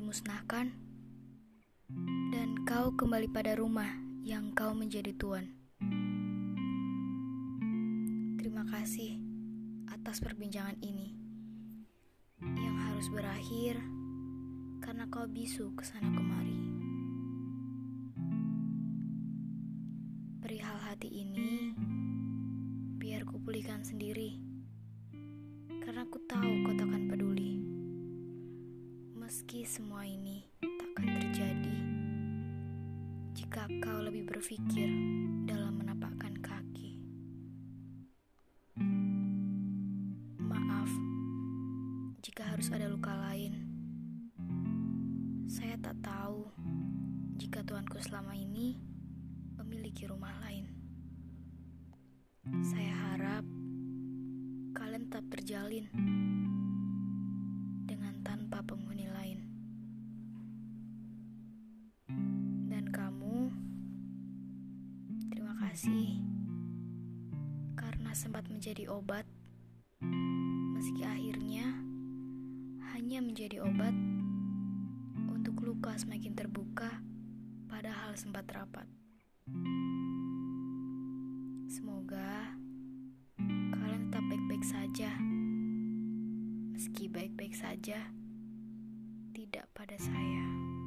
musnahkan, dan kau kembali pada rumah yang kau menjadi tuan. Terima kasih atas perbincangan ini yang harus berakhir karena kau bisu kesana kemari. Perihal hati ini, biar kupulihkan sendiri, karena ku tahu kau takkan peduli. Meski semua ini takkan terjadi jika kau lebih berpikir dalam menapakkan kaki. Maaf jika harus ada luka lain. Saya tak tahu jika tuanku selama ini memiliki rumah lain. Saya harap kalian tetap terjalin dengan tanpa penghuni lain. Dan kamu, terima kasih karena sempat menjadi obat, meski akhirnya hanya menjadi obat untuk luka semakin terbuka padahal sempat rapat. Semoga kalian tetap baik-baik saja, meski baik-baik saja tidak pada saya.